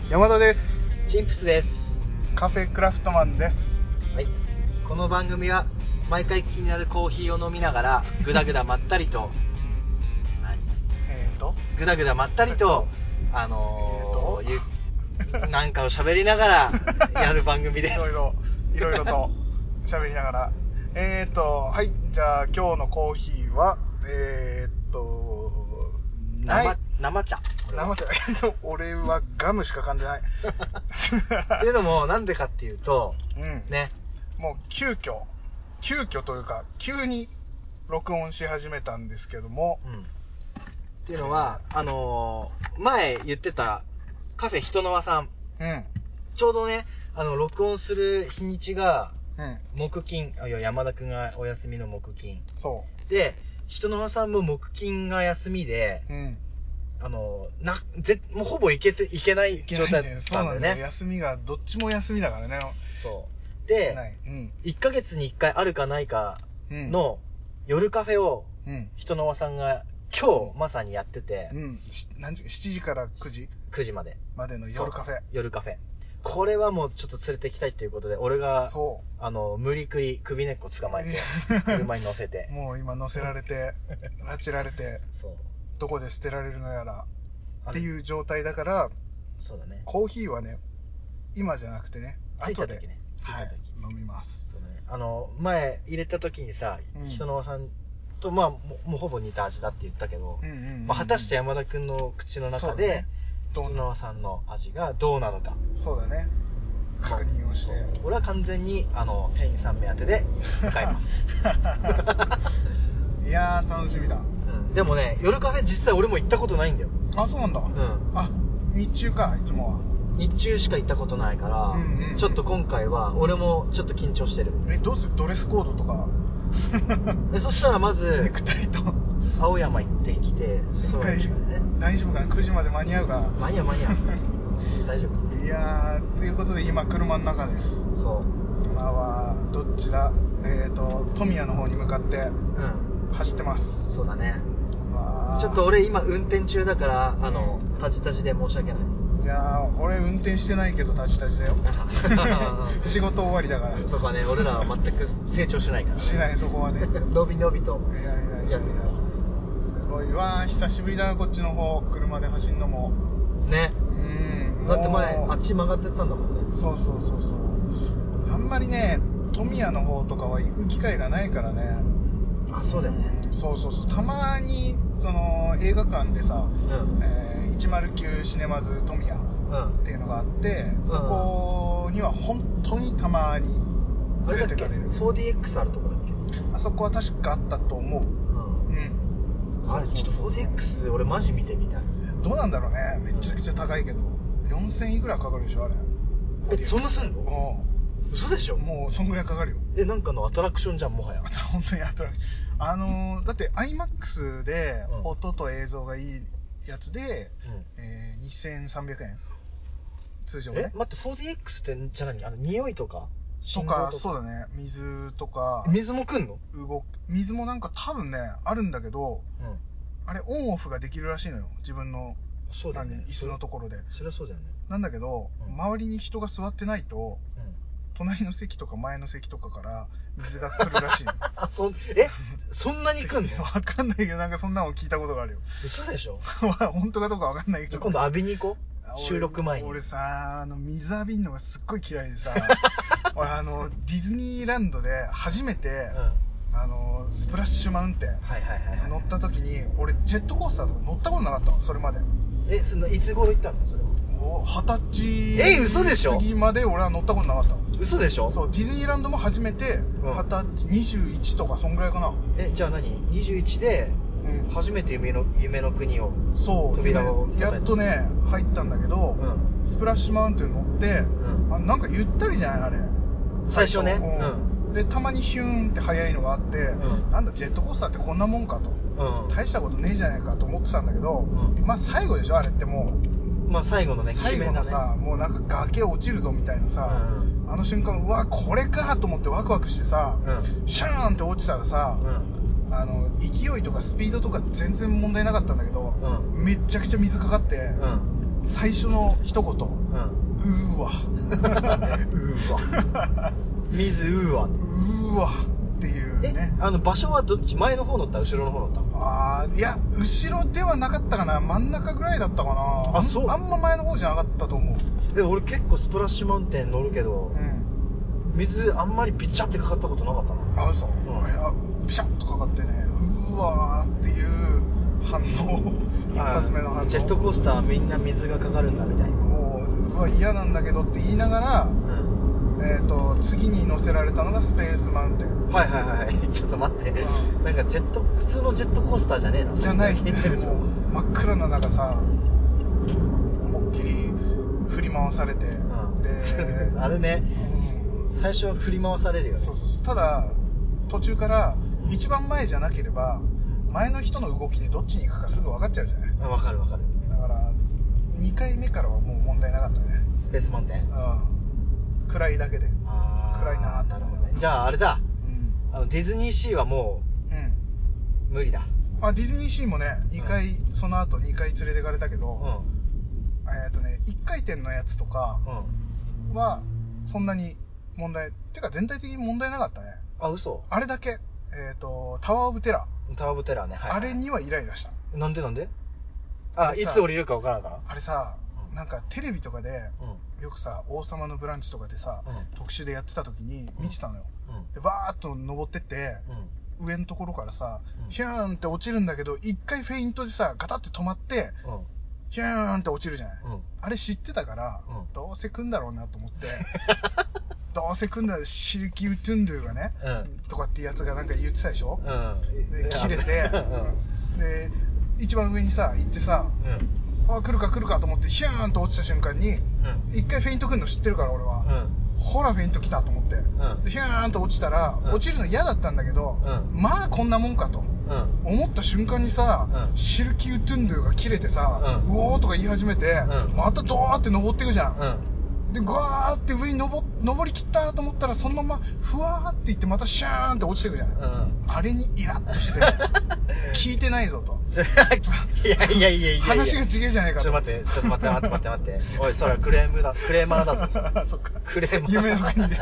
山田です。 チンプスです。 カフェクラフトマンです。 はい。この番組は毎回気になるコーヒーを飲みながらぐだぐだまったりとぐだぐだまったりとなんかを喋りながらやる番組です。 いろいろと喋りながらはい。じゃあ今日のコーヒーは生茶。 俺はガムしか噛んでない。 っていうのもなんでかっていうと、ね、 もう急遽というか急に録音し始めたんですけども、 っていうのは前言ってたカフェ人の輪さん、ちょうどね録音する日にちが木金、山田くんがお休みの木金で、人の輪さんも木金が休みで、もうほぼ行けない状態だったんだよね。 そうなんだよ。休みがどっちも休みだからね。 そうで、1ヶ月に1回あるかないかの夜カフェを人の輪さんが今日まさにやってて、 7時から9時までの夜カフェ。 これはもうちょっと連れて行きたいということで、俺が無理くり首根っこ捕まえて車に乗せてもう今乗せられて拉致られてどこで捨てられるのやらっていう状態だから、 そうだね、 コーヒーはね今じゃなくてね、 着いた時ね、 飲みます。 そうだね、前入れた時にさ、人の輪さんともうほぼ似た味だって言ったけど、果たして山田くんの口の中で人の輪さんの味がどうなのか、 そうだね、確認をして、 俺は完全に店員さん目当てで向かいますいやー楽しみだ。 でもね、夜カフェ実際俺も行ったことないんだよ。 あ、そうなんだ。あ、日中か。いつもは日中しか行ったことないから、ちょっと今回は俺もちょっと緊張してる。 どうする？ドレスコードとかそしたらまずネクタイと青山行ってきて、 大丈夫かな。9時まで間に合うかな。 間に合う大丈夫。 いやー、ということで今車の中です。今はどっちだ、富谷の方に向かって走ってます。 そうだね。ちょっと俺今運転中だからタジタジで申し訳ない。 いやー、俺運転してないけどタジタジだよ仕事終わりだから。 そこはね、俺らは全く成長しないから、ね、 しない。そこはねのびのびとやってる。 すごいわー、久しぶりだな、こっちの方車で走るのもね。だって前あっち曲がってったんだもんね。そうあんまりね富谷の方とかは行く機会がないからね。 あ、そうだよね。 そうたまにその映画館でさ、109シネマズ富谷っていうのがあって、そこには本当にたまに連れてかれる。 4DX あるとこだっけ？ あそこは確かあったと思う。 あれちょっと 4DX 俺マジ見てみたい。どうなんだろうね。めちゃくちゃ高いけど4000いくらかかるでしょあれ。 そんなすんの？嘘でしょ。 もうそんぐらいかかるよ。 なんかのアトラクションじゃん、もはや。 本当にアトラクション。だって IMAX で音と映像がいいやつで、2300円通常ね。 待って、 4DX ってじゃあ何？匂いとかそうだね。水とか。 水も来んの？ 水もなんか多分ねあるんだけど、あれオンオフができるらしいのよ、自分の椅子のところで。 そりゃそうだよね。なんだけど、周りに人が座ってないと、隣の席とか前の席とかから水が来るらしいのそんなに来んの？ わかんないけど、なんかそんなの聞いたことがあるよ。 嘘でしょ本当かどうかわかんないけど。 今度浴びに行こう、収録前に。 俺さ、水浴びんのがすっごい嫌いでさ俺ディズニーランドで初めて、スプラッシュマウンテン乗った時に、俺ジェットコースターとか乗ったことなかったの、それまで。 いつ頃行ったのそれは？ 20歳嘘でしょ？ 次まで俺は乗ったことなかったの。 嘘でしょ？ そう、ディズニーランドも初めて20歳、21とかそんぐらいかな。 じゃあ何？21で初めて夢の国を、 扉をやっとね入ったんだけど、スプラッシュマウンテン乗って、なんかゆったりじゃないあれ最初ね。 でたまにヒューンって速いのがあって、なんだジェットコースターってこんなもんかと、大したことねえじゃないかと思ってたんだけど、まあ最後でしょあれってもう。 最後のね、 最後のさ、もうなんか崖落ちるぞみたいなさ、あの瞬間、うわこれかと思ってワクワクしてさ、シャーンって落ちたらさ、勢いとかスピードとか全然問題なかったんだけど、めっちゃくちゃ水かかって、 最初の一言、うーわ水うーわっていうね。 場所はどっち？前の方乗った？後ろの方乗った？ いや、後ろではなかったかな。真ん中ぐらいだったかな。 そう。 あんま前の方じゃなかったと思う。 俺結構スプラッシュマウンテン乗るけど、水あんまりビチャってかかったことなかったな。 嘘。ビシャッとかかってね、うわーっていう反応。一発目の反応。 ジェットコースターはみんな水がかかるんだみたいな。 もう嫌なんだけどって言いながら、次に乗せられたのがスペースマウンテン。 はいちょっと待って、なんか普通のジェットコースターじゃねえな。 じゃない。真っ暗な中さ、思いっきり振り回されて、であれね、最初は振り回されるよね。 そうただ途中から一番前じゃなければ前の人の動きでどっちに行くかすぐ分かっちゃうじゃない。 分かるだから2回目からはもう問題なかったね。 スペースマウンテン。 暗いだけで。暗いなー。 なるほどね。じゃああれだ、ディズニーシーはもう無理だ。 ディズニーシーもね、その後2回連れてかれたけど、1回転のやつとかはそんなに問題、てか全体的に問題なかったね。 嘘。 あれだけ、タワーオブテラーね。 あれにはイライラした。 なんでいつ降りるか分からんから。 あれさ、なんかテレビとかで、よくさ、王様のブランチとかでさ、特集でやってた時に見てたのよ。で、バーっと登ってって、上のところからさ、ヒューンって落ちるんだけど、一回フェイントでさ、ガタって止まって、ヒューンって落ちるじゃない。あれ知ってたから、どうせ来んだろうなと思って、どうせ来んだらシルキュートゥンドゥがね、とかってやつがなんか言ってたでしょ。で、切れて、で、一番上にさ、行ってさ、来るかと思ってヒューンと落ちた瞬間に、一回フェイント来るの知ってるから俺は、ほらフェイント来たと思って、でヒューンと落ちたら、落ちるの嫌だったんだけど、まあこんなもんかと、思った瞬間にさ、シルキュートゥンドゥが切れてさ、うおーとか言い始めて、またドーって登っていくじゃん。でガーって上に登りきったと思ったら、そのままふわーっていってまたシャーンって落ちていくじゃん。あれにイラッとして聞いてないぞと。 いや話が違えじゃないかと。 ちょっと待っておい、それはクレーマーだぞ。 そっか、 クレーマー。 夢の国で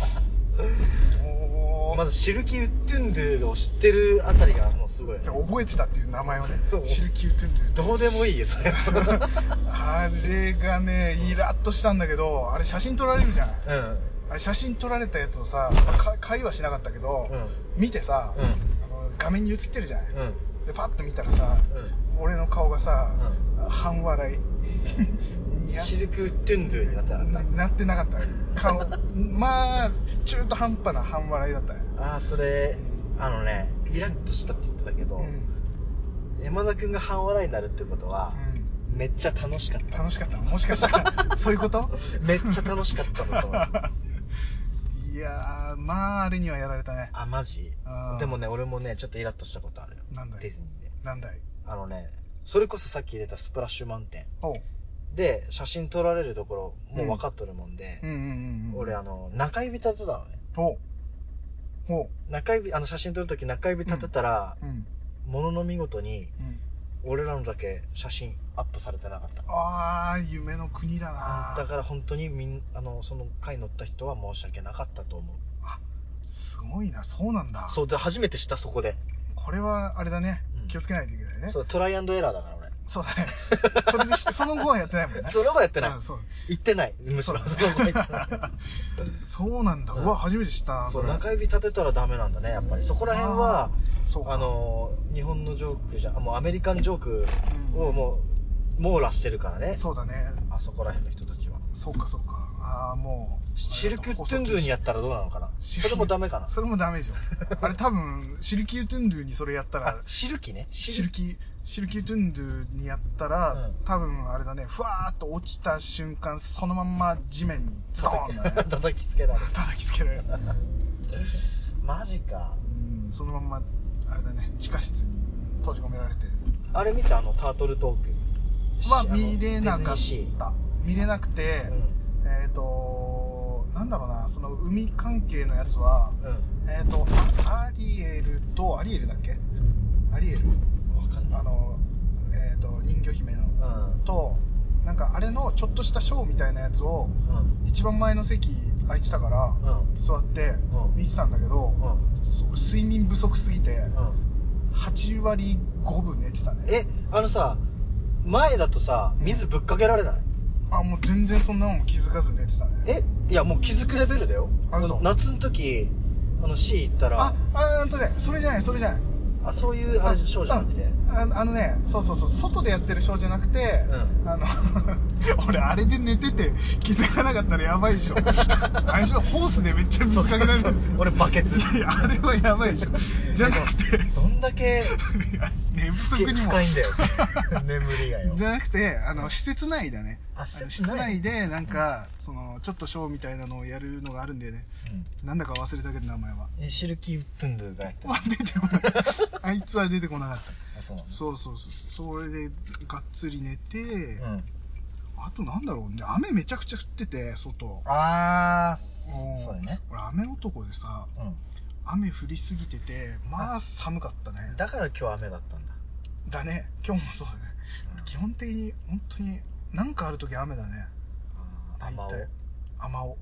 まずシルキュートゥンドゥを知ってるあたりがもうすごい、 覚えてたっていう名前をね。シルキュートゥンドゥ、 どうでもいいよそれ。 あれがね、イラッとしたんだけど、あれ写真撮られるじゃない。あれ写真撮られたやつをさ、会話しなかったけど、見てさ、画面に映ってるじゃない。でパッと見たらさ、俺の顔がさ、半笑い。 シルクトゥンドゥになってなかった。 なってなかった。顔、まあ中途半端な半笑いだったね。 それイラッとしたって言ってたけど、山田君が半笑いになるってことは、めっちゃ楽しかった。 もしかしたらそういうこと？ めっちゃ楽しかったのと。 いやー、まああれにはやられたね。 マジ？でもね、俺もねちょっとイラッとしたことあるよ。 なんだい？ ディズニーで。 なんだい？ それこそさっき出たスプラッシュマウンテンで写真撮られるところもう分かっとるもんで、俺中指立てたのね。中指、写真撮るとき中指立てたら、ものの見事に、俺らのだけ写真アップされてなかった。 夢の国だな。 だから本当にその回乗った人は申し訳なかったと思う。 すごいな。そうなんだ。 そうで、初めて知った。そこでこれはあれだね、気をつけないといけないね。 そう、トライアンドエラーだから俺。 そうだね。それでしてその後はやってないもんね。 その後やってない。行ってない。むしろその後行ってない。 そうなんだ。うわ、初めて知ったな。 そう、中指立てたらダメなんだね、やっぱり。そこら辺は日本のジョークじゃ、もうアメリカンジョークをもう網羅してるからね。 そうだね。 あそこら辺の人たちは。 そうか。もうシルキュトゥンドゥにやったらどうなのかな。それもダメかな。 それもダメでしょ。あれ多分シルキュトゥンドゥにそれやったら、 シルキね。 シルキュトゥンドゥにやったら、多分あれだね、ふわーっと落ちた瞬間そのまんま地面にドーンだね。 叩きつけられる。マジか。 そのまんまあれだね、地下室に閉じ込められて。 あれ見た？タートルトークは見れなかった。見れなくて、なんだろうな、その海関係のやつは、アリエルだっけ？アリエル。 わかんない。 人魚姫の、と、なんかあれのちょっとしたショーみたいなやつを、一番前の席空いてたから、座って見てたんだけど、睡眠不足すぎて、8割5分寝てたね。 さ、前だとさ、水ぶっかけられない？ もう全然そんなのも気づかず寝てたね。 いや、もう気づくレベルだよ。夏の時、C 行ったら。 それじゃない。 そういう、ショーじゃなくて。 そう、外でやってるショーじゃなくて、俺、あれで寝てて気づかなかったらやばいでしょ。あれでしょ、ホースでめっちゃ水かけられるんですよ。 俺、バケツ。 いや、あれはやばいでしょ。じゃなくて。 どんだけ、 寝不足にも。 深いんだよ。眠りがよ。 じゃなくて、施設内だね。室内で、なんか、ちょっとショーみたいなのをやるのがあるんだよね。なんだか忘れたけど、名前は。 シルキーウッドゥンドゥがやった。 出てこない。あいつは出てこなかった。そう。それで、がっつり寝て、あとなんだろう、雨めちゃくちゃ降ってて、外。そうだね。俺、雨男でさ、雨降りすぎてて、まあ寒かったね。 だから今日雨だったんだ。 だね。今日もそうだね。基本的に、本当に、なんかあるとき雨だね。大体。雨お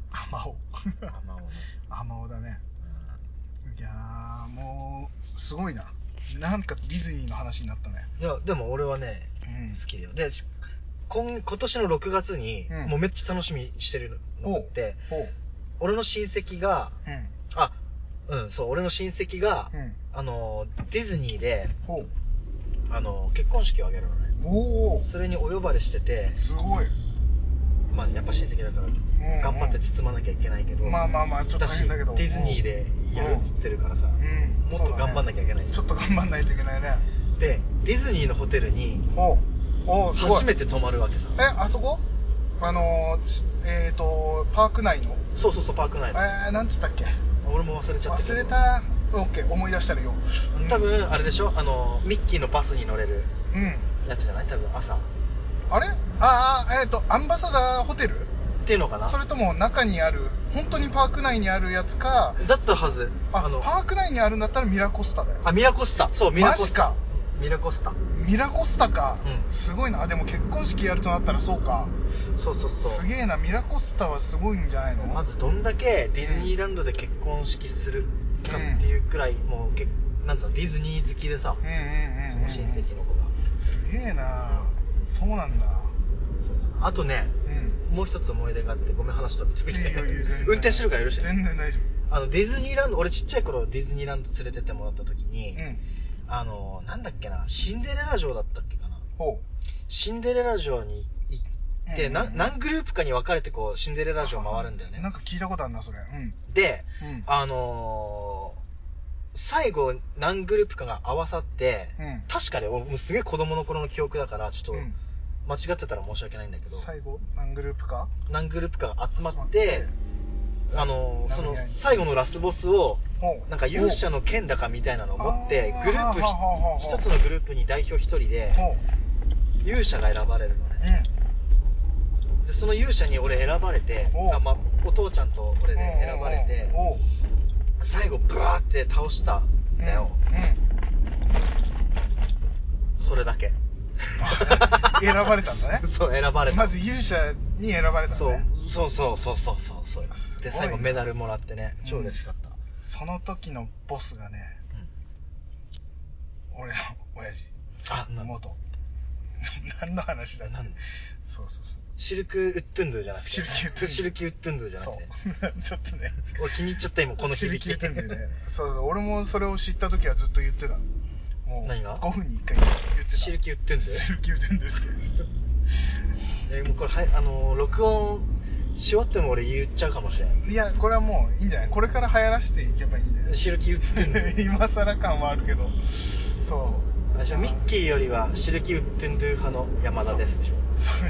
だね。いやー、もう、すごいな。なんかディズニーの話になったね。 いや、でも俺はね、好きだよ。で、今年の6月に、もうめっちゃ楽しみにしてるのがあって、俺の親戚が、俺の親戚が、ディズニーで、結婚式を挙げるのね。それにお呼ばれしてて、 すごい。 まあやっぱ親戚だから頑張って包まなきゃいけないけど、 まあちょっと大変だけど、 ディズニーでやるっつってるからさ、もっと頑張んなきゃいけない。 ちょっと頑張んないといけないね。 で、ディズニーのホテルに初めて泊まるわけさ。 あそこ？パーク内の？ そう、パーク内の。 なんつったっけ？ 俺も忘れちゃった。 忘れた。オッケー、思い出したらよ。 多分あれでしょ、ミッキーのバスに乗れるやつじゃない？多分朝。 あれ？アンバサダーホテルっていうのかな？ それとも中にある、本当にパーク内にあるやつか。 だったはず。 パーク内にあるんだったらミラコスタだよ。 ミラコスタ。そう、ミラコスタ。 マジか。 ミラコスタ。 ミラコスタか。すごいな。でも結婚式やるとなったらそうか。 そう。 すげえな。ミラコスタはすごいんじゃないの？ まずどんだけディズニーランドで結婚式するかっていうくらい、もうなんつうの、ディズニー好きでさ、その親戚の子が。 すげえな。そうなんだ。 あとね、もう一つ思い出があって、ごめん話飛び飛びで。運転してるから許して。 全然大丈夫。ディズニーランド、俺ちっちゃい頃ディズニーランド連れてってもらった時に、なんだっけな、シンデレラ城だったっけかな。シンデレラ城に行って、何グループかに分かれてこう、シンデレラ城回るんだよね。 なんか聞いたことあるな、それ。 で、最後何グループかが合わさって、確かで、もうすげえ子供の頃の記憶だから、ちょっと、間違ってたら申し訳ないんだけど、 最後何グループかが集まって、その最後のラスボスをなんか勇者の剣だかみたいなのを持ってグループ一つのグループに代表一人で勇者が選ばれるのね。でその勇者に俺選ばれて、お父ちゃんと俺で選ばれて、最後ブワーって倒したんだよ。それだけ。 選ばれたんだね。 そう、選ばれた。 まず勇者に選ばれたんだね。 そうで最後メダルもらってね、超嬉しかった。 その時のボスがね、俺の親父。元。何の話だっけ？そう。 シルクウッドゥンドゥじゃなくて。シルキウッドゥンドゥじゃなくて。 そう。ちょっとね。 俺気に入っちゃった今この響き。 シルキウッドゥンドゥね。そう、俺もそれを知った時はずっと言ってた。もう何が 5分に1回言ってた。 シルキウッドゥンドゥ。 シルキウッドゥンドゥって。 もうこれ録音し終わっても俺言っちゃうかもしれない。 いや、これはもういいんじゃない？これから流行らせていけばいいんだよ。 シルキウッドゥンドゥ。 今更感はあるけど。そう。 ミッキーよりはシルキウッドゥンドゥ派の山田ですでしょ。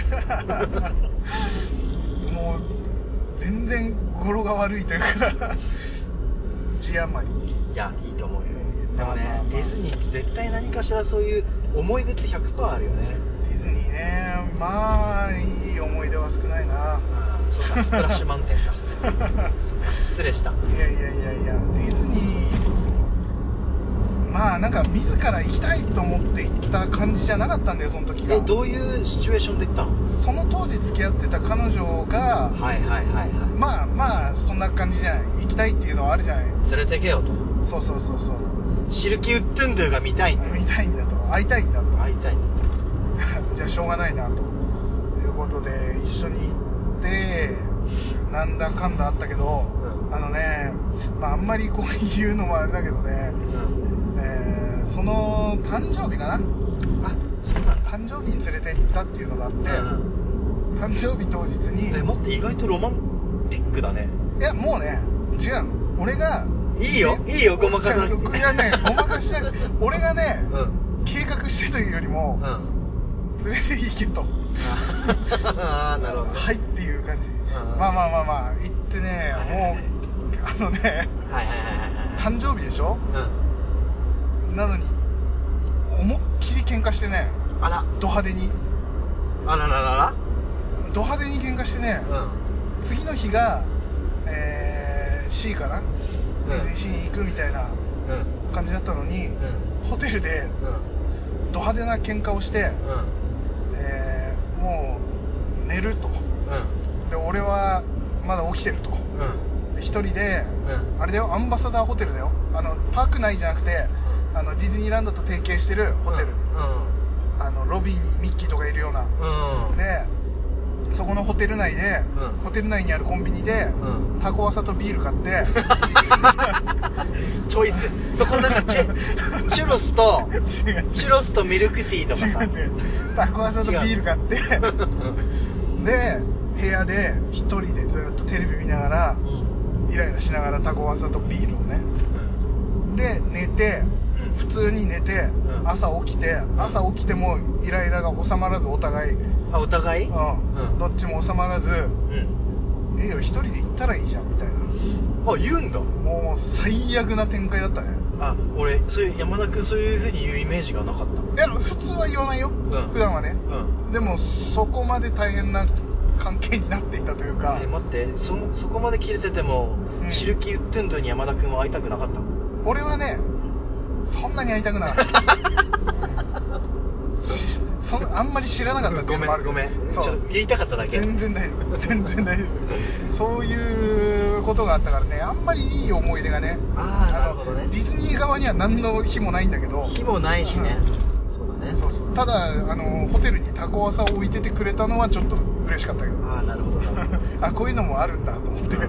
もう全然語呂が悪いというか字余り。 いや、いいと思うよ。でもね、ディズニー絶対何かしらそういう思い出って 100% あるよね。 ディズニーね、まあいい思い出は少ないな。 そうか、スプラッシュマウンテンか。失礼した。 いや、ディズニーまあなんか自ら行きたいと思って行った感じじゃなかったんだよ、その時が。 どういうシチュエーションで行ったの？ その当時付き合ってた彼女が、まあそんな感じじゃない。行きたいっていうのはあるじゃない。 連れてけよと。 そうシルキウッドゥンドゥが見たいんだ。 見たいんだと。会いたいんだと。 会いたいんだ。 じゃあしょうがないなということで一緒に行ってなんだかんだあったけど、まああんまりこう言うのもあれだけどね、その誕生日かな。 そうなんだ。 誕生日に連れて行ったっていうのがあって、誕生日当日に待って、意外とロマンティックだね。 いやもうね違うの。俺がいいよごまかさなくて。 いやねごまかしなくて俺がね、計画してというよりも、連れて行けとなるほど。 はいっていう感じ。まあ行ってね、もう誕生日でしょ、なのに思いっきり喧嘩してね、ド派手にド派手に喧嘩してね、次の日がC かな、ディズニーシーに行くみたいな感じだったのに、ホテルでド派手な喧嘩をして、もう寝ると、で俺はまだ起きてると、一人で、あれだよ、アンバサダーホテルだよ、パーク内じゃなくて、ディズニーランドと提携してるホテル、ロビーにミッキーとかいるような、でそこのホテル内で、ホテル内にあるコンビニで、タコワサとビール買ってチョイス、そこなんかチュロスとミルクティーとかさ、 違うタコワサとビール買ってで部屋で一人でずっとテレビ見ながら、イライラしながらタコワサとビールをね、で寝て、普通に寝て、朝起きてもイライラが収まらず、お互いどっちも収まらず、一人で行ったらいいじゃんみたいな。 言うんだ。 もう最悪な展開だったね。 俺そういう山田君そういう風に言うイメージがなかった。 いや普通は言わないよ、普段はね、でもそこまで大変な関係になっていたというか。 待って、そこまで切れてても、シルキーウッドゥンドゥに山田君は会いたくなかったの？ 俺はねそんなに会いたくなかったあんまり知らなかったっていうのもある。 ごめんそう言いたかっただけ。 全然大丈夫そういうことがあったからね、あんまりいい思い出がね。 なるほどね。 ディズニー側には何の日もないんだけど。 日もないしね、そうだね。 そうただホテルにタコワサを置いててくれたのはちょっと嬉しかったけど。 なるほどこういうのもあるんだと思ってって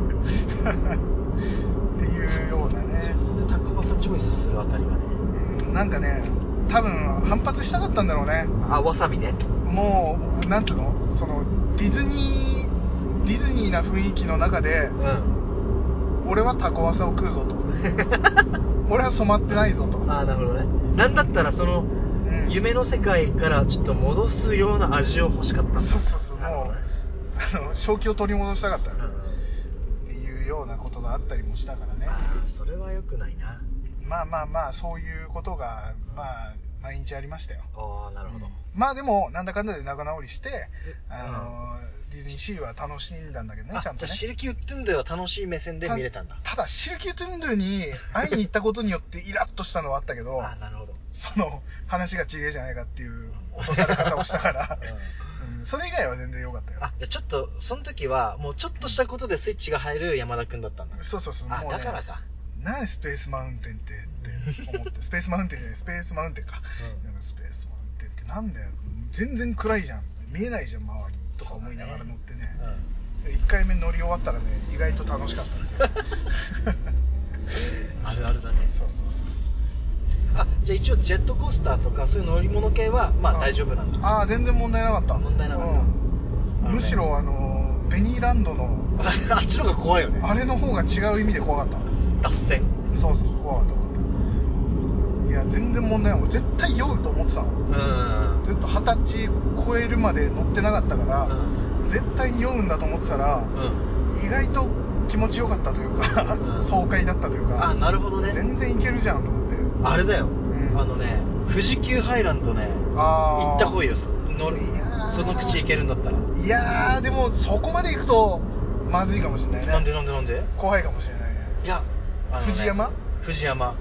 いうようなね。 タコワサチョイスするあたりがね、 なんかね多分反発したかったんだろうね。 わさびでもうなんていうの、そのディズニーな雰囲気の中で、俺はタコワサを食うぞと俺は染まってないぞと。 なるほどね。なんだったらその、夢の世界からちょっと戻すような味を欲しかった。 そうもう正気を取り戻したかったっていうようなことがあったりもしたからね。 それは良くないな。まあそういうことが毎日ありましたよ。 なるほど。 でもなんだかんだで仲直りして、ディズニーシーは楽しんだんだけどね、ちゃんとね。 シルキウッドゥンドゥは楽しい目線で見れたんだ。 ただシルキウッドゥンドゥに会いに行ったことによってイラッとしたのはあったけどなるほど。 その話がちげえじゃないかっていう落とされ方をしたからそれ以外は全然良かったよ。 じゃあちょっとその時はもうちょっとしたことでスイッチが入る山田君だったんだ。 そうもう、ね、だからか。 何スペースマウンテンって思ってスペースマウンテンじゃない、スペースマウンテンか、スペースマウンテンってなんだよ、全然暗いじゃん、見えないじゃん周りとか思いながら乗ってね、1回目乗り終わったらね意外と楽しかったっていうあるあるだね。 そうじゃあ一応ジェットコースターとかそういう乗り物系は大丈夫なんだ。 全然問題なかった。むしろベニーランドのあっちの方が怖いよね。 あれの方が違う意味で怖かった。 脱線。 そう怖かった。いや全然問題ない。絶対酔うと思ってたの。ずっと20歳超えるまで乗ってなかったから、絶対に酔うんだと思ってたら、意外と気持ちよかったというか、爽快だったというか。 なるほどね。 全然いけるじゃんと思って。 あれだよ。富士急ハイランドね、行った方がいいよ。その口いけるんだったら。 いやでもそこまで行くとまずいかもしれないね。 なんで怖いかもしれないね。 いや、 藤山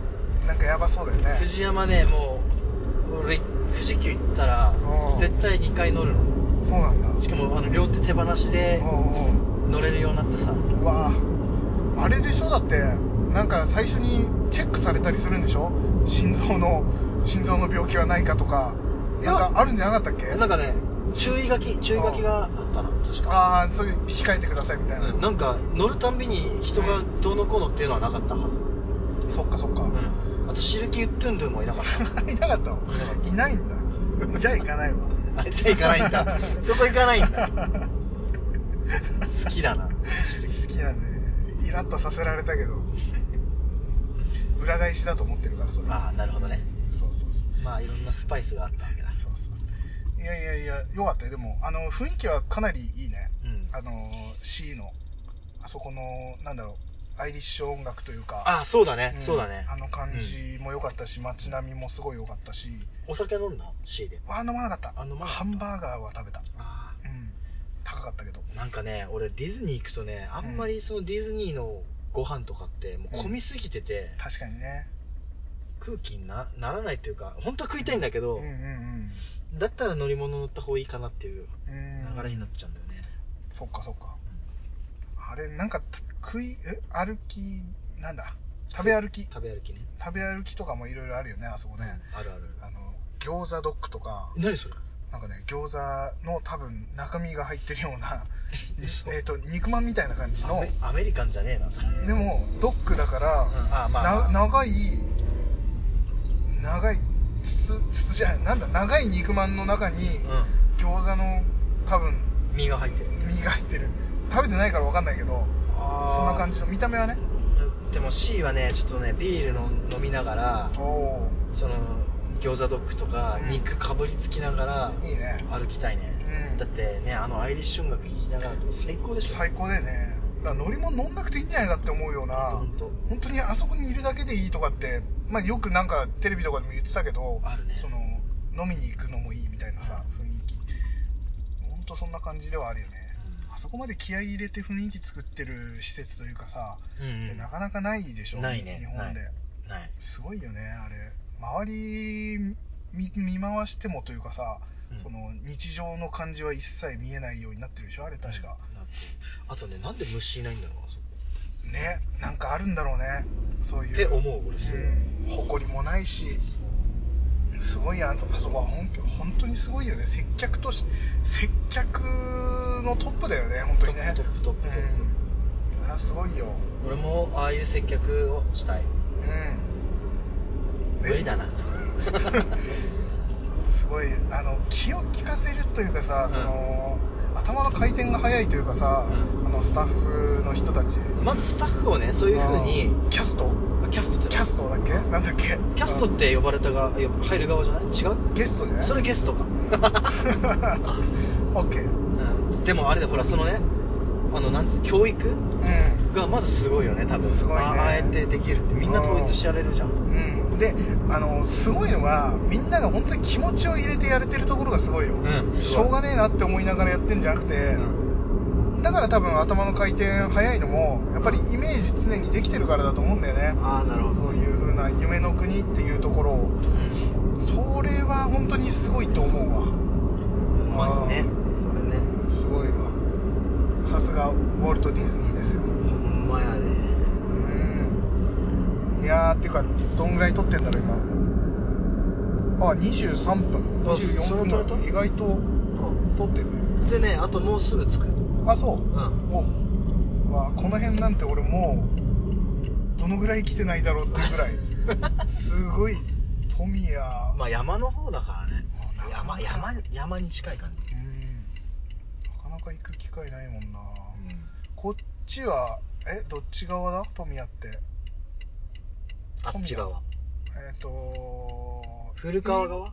なんかやばそうだよね。 富士山ね、もう俺富士急行ったら絶対2回乗るの。 そうなんだ。 しかも両手手放しで乗れるようになってさ。 うわあれでしょ、だってなんか最初にチェックされたりするんでしょ、心臓の病気はないかとか、なんかあるんじゃなかったっけ。 なんかね、注意書きがあったな、確か。 ああ、そういう控えてくださいみたいな、 なんか乗るたんびに人がどうのこうのっていうのはなかったはず。そっかそっか。 あとシルキートゥンドゥンもいなかったいなかったの。いないんだ。じゃあ行かないわ。 じゃあ行かないんだ。そこ行かないんだ。好きだな。 好きなんで、イラッとさせられたけど、裏返しだと思ってるから、それ。 ああ、なるほどね。 そう。 まあいろんなスパイスがあったわけだ。 そう。いや、よかったよ。でも雰囲気はかなりいいね。C のあそこのなんだろう、アイリッシュ音楽というか。 あ、そうだね。 感じも良かったし、街並みもすごい良かったし。 お酒飲んだ C で。 飲まなかった。ハンバーガーは食べた。高かったけど。 なんかね、俺ディズニー行くとね、あんまりそのディズニーのご飯とかってもう混みすぎてて、 確かにね、 空気に ならないというか、本当は食いたいんだけど、だったら乗り物乗った方がいいかなっていう流れになっちゃうんだよね。 そっか。あれなんか食べ歩きね。食べ歩きとかもいろいろあるよね、あそこね。 ある。 餃子ドッグとか。 何それ。 なんかね、餃子の多分中身が入ってるような肉まんみたいな感じの。 アメリカンじゃねえな、それ。 でもドッグだから、長い筒じゃない、なんだ、長い肉まんの中に餃子の多分身が入ってる。 食べてないから分かんないけど、そんな感じの見た目はね。 でも C はね、ちょっとね、ビールの飲みながら、その餃子ドッグとか肉かぶりつきながら歩きたいね。だってね、アイリッシュ音楽聴きながら最高でしょ。 最高だよね。だから乗り物乗んなくていいんじゃないかって思うような、本当にあそこにいるだけでいいとかって、まあよくなんかテレビとかでも言ってたけど、その飲みに行くのもいいみたいなさ、雰囲気、本当そんな感じではあるよね。あそこまで気合い入れて雰囲気作ってる施設というかさ、なかなかないでしょ。 ないね、 日本で。すごいよね、あれ。周り見回してもというかさ、その日常の感じは一切見えないようになってるでしょ、あれ確か。 あとね、なんで虫いないんだろう、あそこね。なんかあるんだろうね、そういう。 って思う、俺。 誇りもないし、すごいあそこは本当にすごいよね。接客のトップだよね、本当にね。トップ。すごいよ。 俺もああいう接客をしたい。無理だな。 すごい気を利かせるというかさ、その頭の回転が速いというかさ、スタッフの人たち、 まずスタッフをね、そういう風にキャストだっけ、なんだっけ、 キャストって呼ばれたが入る側じゃない？違う？ ゲストじゃない？ それゲストか。 オッケー。 でもあれだ、ほら、そのね、なんつう教育がまずすごいよね、多分。 すごいね。 あえてできるってみんな統一しやれるじゃん。 ですごいのが、みんなが本当に気持ちを入れてやれてるところがすごいよ。しょうがねえなって思いながらやってんじゃなくて、だから多分頭の回転早いのもやっぱりイメージ常にできてるからだと思うんだよね。 なるほど。 そういう風な夢の国っていうところを、それは本当にすごいと思うわ。 ほんまにね、それね、 すごいわ。さすがウォルト・ディズニーですよ。 ほんまやで。 いやー、っていうかどんぐらい撮ってんだろう今。23分24分ぐらい。意外と撮ってるね。 でね、あともうすぐ着く。 そう。この辺なんて俺もうどのぐらい来てないだろうっていうぐらいすごい富谷、 まあ山の方だからね。山に近い感じ。 なかなか行く機会ないもんな。こっちはどっち側だ？富谷って。 あっち側。古川側？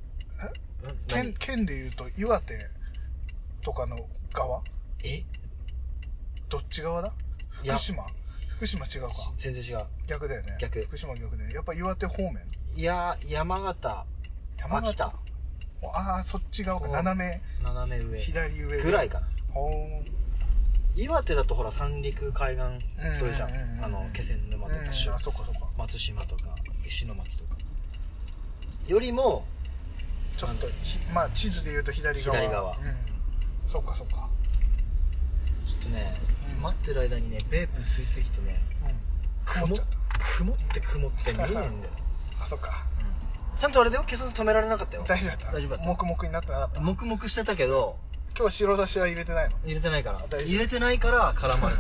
県でいうと岩手とかの側？どっち側だ？福島違うか。 全然違う。 逆だよね。福島逆で、やっぱ岩手方面。 いや、山形。秋田。 そっち側か。斜め上。左上ぐらいかな。岩手だとほら三陸海岸沿いじゃん。気仙沼とか松島とか石巻とかよりもちょっとまあ地図で言うと左側、そうかそうか。 ちょっとね、待ってる間にねベープ吸いすぎてね、曇って見えねえんだよ。 あ、そっか。 ちゃんとあれだよ、消さず止められなかったよ。 大丈夫だった。黙々になってなかった。 黙々してたけど、 今日は白だしは入れてないの？ 入れてないから。入れてないから絡まる。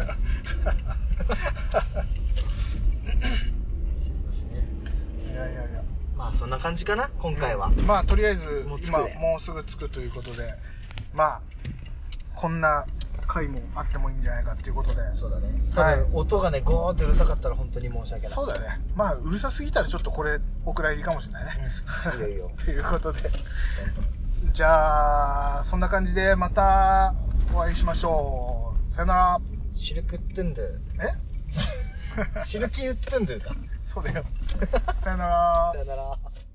いやまあそんな感じかな今回は。 まあとりあえず今もうすぐ着くということで、まあこんな回もあってもいいんじゃないかっていうことで。 そうだね。多分音がねゴーってうるさかったら本当に申し訳ない。 そうだね。まあうるさすぎたらちょっとこれお蔵入りかもしれないね。 いいよいいよ。 ということで、じゃあそんな感じでまたお会いしましょう。さよなら。 シルクってんだよ。シルキ言ってんだよ。 そうだよ。さよなら。 さよなら。